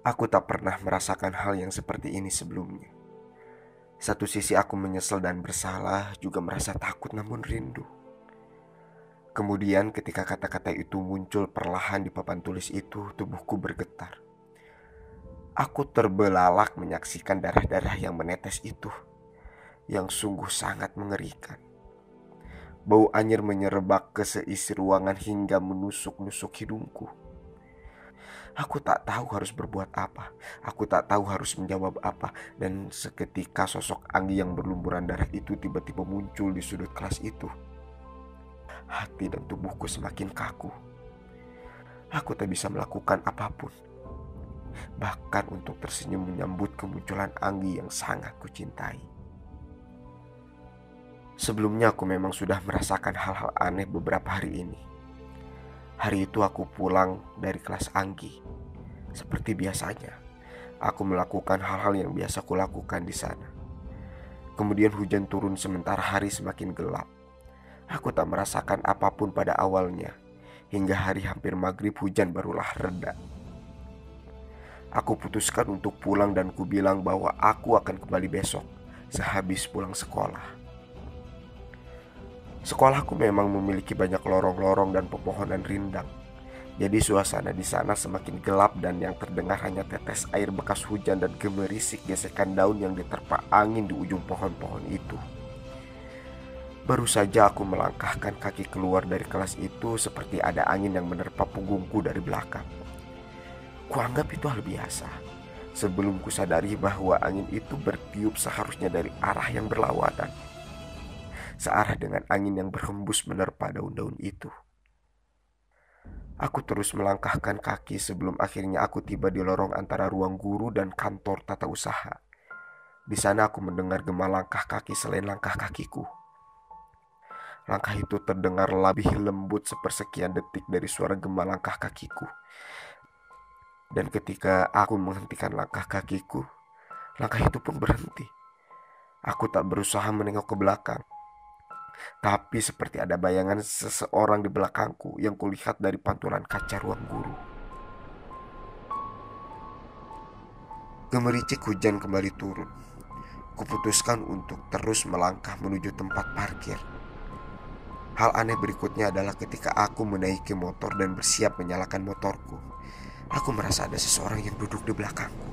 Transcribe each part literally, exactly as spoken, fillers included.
Aku tak pernah merasakan hal yang seperti ini sebelumnya. Satu sisi aku menyesal dan bersalah, juga merasa takut namun rindu. Kemudian ketika kata-kata itu muncul perlahan di papan tulis itu, tubuhku bergetar. Aku terbelalak menyaksikan darah-darah yang menetes itu, yang sungguh sangat mengerikan. Bau anyir menyerebak ke seisi ruangan hingga menusuk-nusuk hidungku. Aku tak tahu harus berbuat apa. Aku tak tahu harus menjawab apa. Dan seketika sosok Anggi yang berlumuran darah itu tiba-tiba muncul di sudut kelas itu. Hati dan tubuhku semakin kaku. Aku tak bisa melakukan apapun, bahkan untuk tersenyum menyambut kemunculan Anggi yang sangat kucintai. Sebelumnya aku memang sudah merasakan hal-hal aneh beberapa hari ini. Hari itu aku pulang dari kelas Anggi. Seperti biasanya, aku melakukan hal-hal yang biasa kulakukan di sana. Kemudian hujan turun sementara hari semakin gelap. Aku tak merasakan apapun pada awalnya. Hingga hari hampir maghrib hujan barulah reda. Aku putuskan untuk pulang dan kubilang bahwa aku akan kembali besok sehabis pulang sekolah. Sekolahku memang memiliki banyak lorong-lorong dan pepohonan rindang. Jadi suasana di sana semakin gelap dan yang terdengar hanya tetes air bekas hujan dan gemerisik gesekan daun yang diterpa angin di ujung pohon-pohon itu. Baru saja aku melangkahkan kaki keluar dari kelas itu, seperti ada angin yang menerpa punggungku dari belakang. Kuanggap itu hal biasa, sebelum kusadari bahwa angin itu bertiup seharusnya dari arah yang berlawanan, searah dengan angin yang berhembus menerpa daun-daun itu. Aku terus melangkahkan kaki sebelum akhirnya aku tiba di lorong antara ruang guru dan kantor tata usaha. Di sana aku mendengar gema langkah kaki selain langkah kakiku. Langkah itu terdengar lebih lembut sepersekian detik dari suara gema langkah kakiku. Dan ketika aku menghentikan langkah kakiku, langkah itu pun berhenti. Aku tak berusaha menengok ke belakang, tapi seperti ada bayangan seseorang di belakangku yang kulihat dari pantulan kaca ruang guru. Gemericik hujan kembali turun. Kuputuskan untuk terus melangkah menuju tempat parkir. Hal aneh berikutnya adalah ketika aku menaiki motor dan bersiap menyalakan motorku, aku merasa ada seseorang yang duduk di belakangku.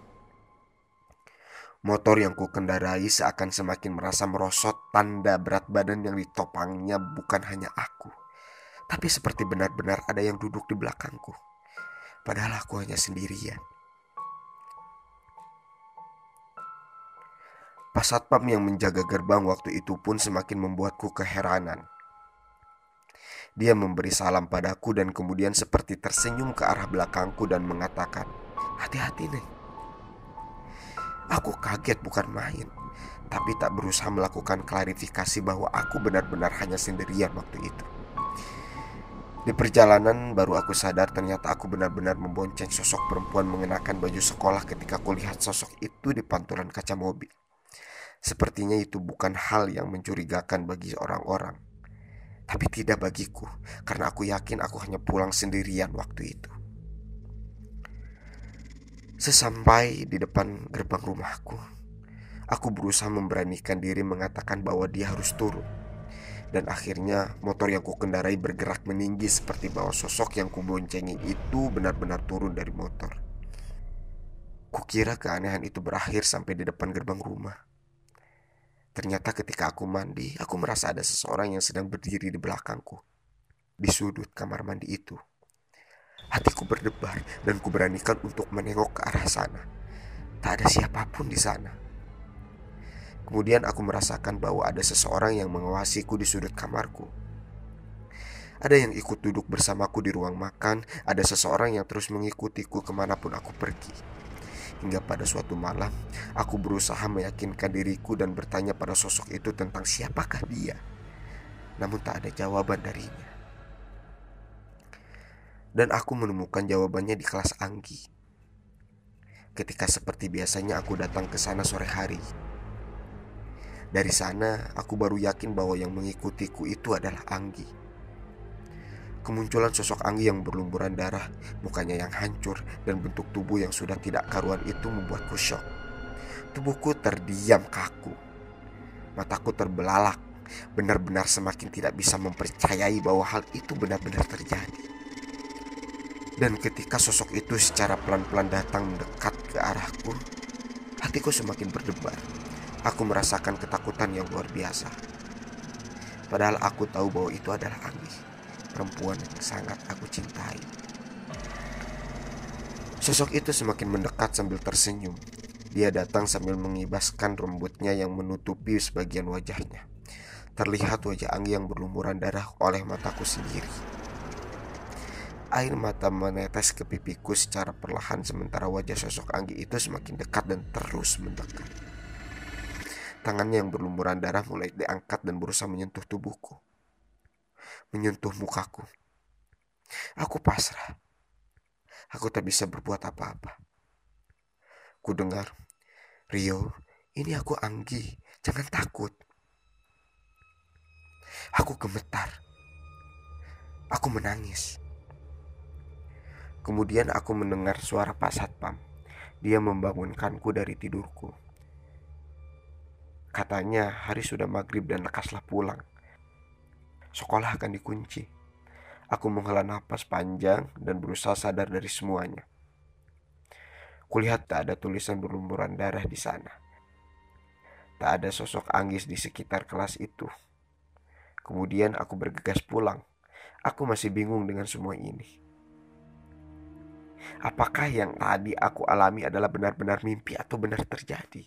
Motor yang ku kendarai seakan semakin merasa merosot, tanda berat badan yang ditopangnya bukan hanya aku, tapi seperti benar-benar ada yang duduk di belakangku. Padahal aku hanya sendirian. Pas satpam yang menjaga gerbang waktu itu pun semakin membuatku keheranan. Dia memberi salam padaku dan kemudian seperti tersenyum ke arah belakangku dan mengatakan, "Hati-hati, Neng." Aku kaget bukan main, tapi tak berusaha melakukan klarifikasi bahwa aku benar-benar hanya sendirian waktu itu. Di perjalanan baru aku sadar ternyata aku benar-benar membonceng sosok perempuan mengenakan baju sekolah ketika kulihat sosok itu di pantulan kaca mobil. Sepertinya itu bukan hal yang mencurigakan bagi orang-orang, tapi tidak bagiku, karena aku yakin aku hanya pulang sendirian waktu itu. Sesampai di depan gerbang rumahku, aku berusaha memberanikan diri mengatakan bahwa dia harus turun. Dan akhirnya motor yang kukendarai bergerak meninggi seperti bahwa sosok yang kuboncengi itu benar-benar turun dari motor. Kukira keanehan itu berakhir sampai di depan gerbang rumah. Ternyata ketika aku mandi, aku merasa ada seseorang yang sedang berdiri di belakangku, di sudut kamar mandi itu. Hatiku berdebar dan kuberanikan untuk menengok ke arah sana. Tak ada siapapun di sana. Kemudian aku merasakan bahwa ada seseorang yang mengawasiku di sudut kamarku. Ada yang ikut duduk bersamaku di ruang makan. Ada seseorang yang terus mengikutiku kemanapun aku pergi. Hingga pada suatu malam, aku berusaha meyakinkan diriku dan bertanya pada sosok itu tentang siapakah dia. Namun tak ada jawaban darinya. Dan aku menemukan jawabannya di kelas Anggi. Ketika seperti biasanya aku datang ke sana sore hari. Dari sana aku baru yakin bahwa yang mengikutiku itu adalah Anggi. Kemunculan sosok Anggi yang berlumuran darah, mukanya yang hancur, dan bentuk tubuh yang sudah tidak karuan itu membuatku syok. Tubuhku terdiam kaku. Mataku terbelalak, benar-benar semakin tidak bisa mempercayai bahwa hal itu benar-benar terjadi. Dan ketika sosok itu secara pelan-pelan datang mendekat ke arahku, hatiku semakin berdebar. Aku merasakan ketakutan yang luar biasa. Padahal aku tahu bahwa itu adalah Anggi, perempuan yang sangat aku cintai. Sosok itu semakin mendekat sambil tersenyum. Dia datang sambil mengibaskan rambutnya yang menutupi sebagian wajahnya. Terlihat wajah Anggi yang berlumuran darah oleh mataku sendiri. Air mata menetes ke pipiku secara perlahan sementara wajah sosok Anggi itu semakin dekat dan terus mendekat. Tangannya yang berlumuran darah mulai diangkat dan berusaha menyentuh tubuhku, menyentuh mukaku. Aku pasrah. Aku tak bisa berbuat apa-apa. Ku dengar, "Rio, ini aku Anggi, jangan takut." Aku gemetar. Aku menangis. Kemudian aku mendengar suara Pak Satpam. Dia membangunkanku dari tidurku. Katanya hari sudah maghrib dan lekaslah pulang. Sekolah akan dikunci. Aku menghela napas panjang dan berusaha sadar dari semuanya. Kulihat tak ada tulisan berlumuran darah di sana. Tak ada sosok Anggi di sekitar kelas itu. Kemudian aku bergegas pulang. Aku masih bingung dengan semua ini. Apakah yang tadi aku alami adalah benar-benar mimpi atau benar terjadi?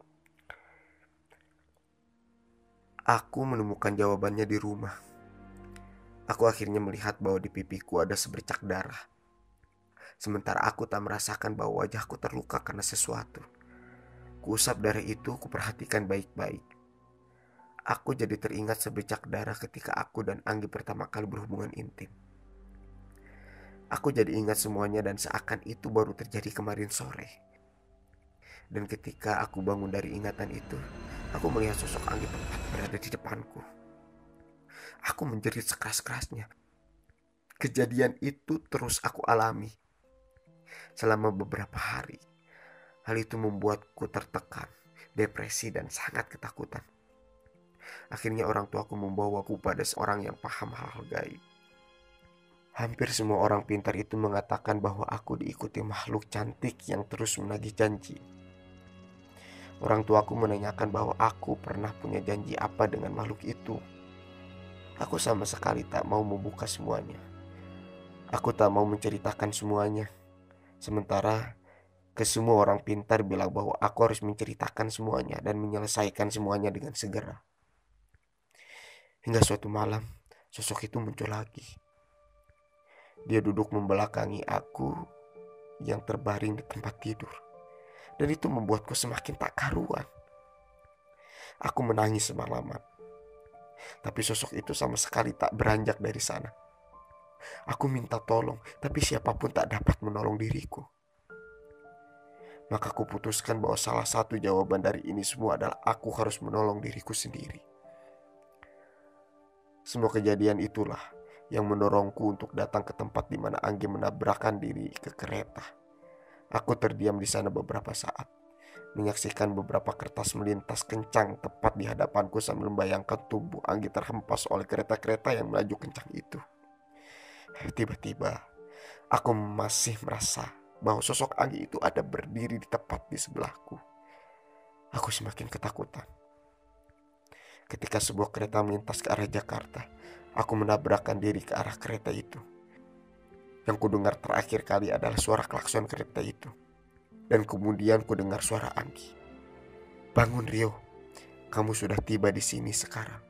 Aku menemukan jawabannya di rumah. Aku akhirnya melihat bahwa di pipiku ada sebercak darah. Sementara aku tak merasakan bahwa wajahku terluka karena sesuatu. Kuusap darah itu, kuperhatikan baik-baik. Aku jadi teringat sebercak darah ketika aku dan Anggi pertama kali berhubungan intim. Aku jadi ingat semuanya dan seakan itu baru terjadi kemarin sore. Dan ketika aku bangun dari ingatan itu, aku melihat sosok Anggi tepat berada di depanku. Aku menjerit sekeras-kerasnya. Kejadian itu terus aku alami selama beberapa hari. Hal itu membuatku tertekan, depresi, dan sangat ketakutan. Akhirnya orang tuaku membawaku pada seorang yang paham hal-hal gaib. Hampir semua orang pintar itu mengatakan bahwa aku diikuti makhluk cantik yang terus menagih janji. Orang tuaku menanyakan bahwa aku pernah punya janji apa dengan makhluk itu. Aku sama sekali tak mau membuka semuanya. Aku tak mau menceritakan semuanya. Sementara ke semua orang pintar bilang bahwa aku harus menceritakan semuanya dan menyelesaikan semuanya dengan segera. Hingga suatu malam, sosok itu muncul lagi. Dia duduk membelakangi aku yang terbaring di tempat tidur. Dan itu membuatku semakin tak karuan. Aku menangis semalaman. Tapi sosok itu sama sekali tak beranjak dari sana. Aku minta tolong, tapi siapapun tak dapat menolong diriku. Maka aku putuskan bahwa salah satu jawaban dari ini semua adalah aku harus menolong diriku sendiri. Semua kejadian itulah yang mendorongku untuk datang ke tempat di mana Anggi menabrakkan diri ke kereta. Aku terdiam di sana beberapa saat, menyaksikan beberapa kertas melintas kencang tepat di hadapanku sambil membayangkan tubuh Anggi terhempas oleh kereta-kereta yang melaju kencang itu. Tiba-tiba, aku masih merasa bahwa sosok Anggi itu ada berdiri di tepat di sebelahku. Aku semakin ketakutan. Ketika sebuah kereta melintas ke arah Jakarta, aku menabrakkan diri ke arah kereta itu. Yang kudengar terakhir kali adalah suara klakson kereta itu. Dan kemudian kudengar suara Anggi. "Bangun Rio, kamu sudah tiba di sini sekarang."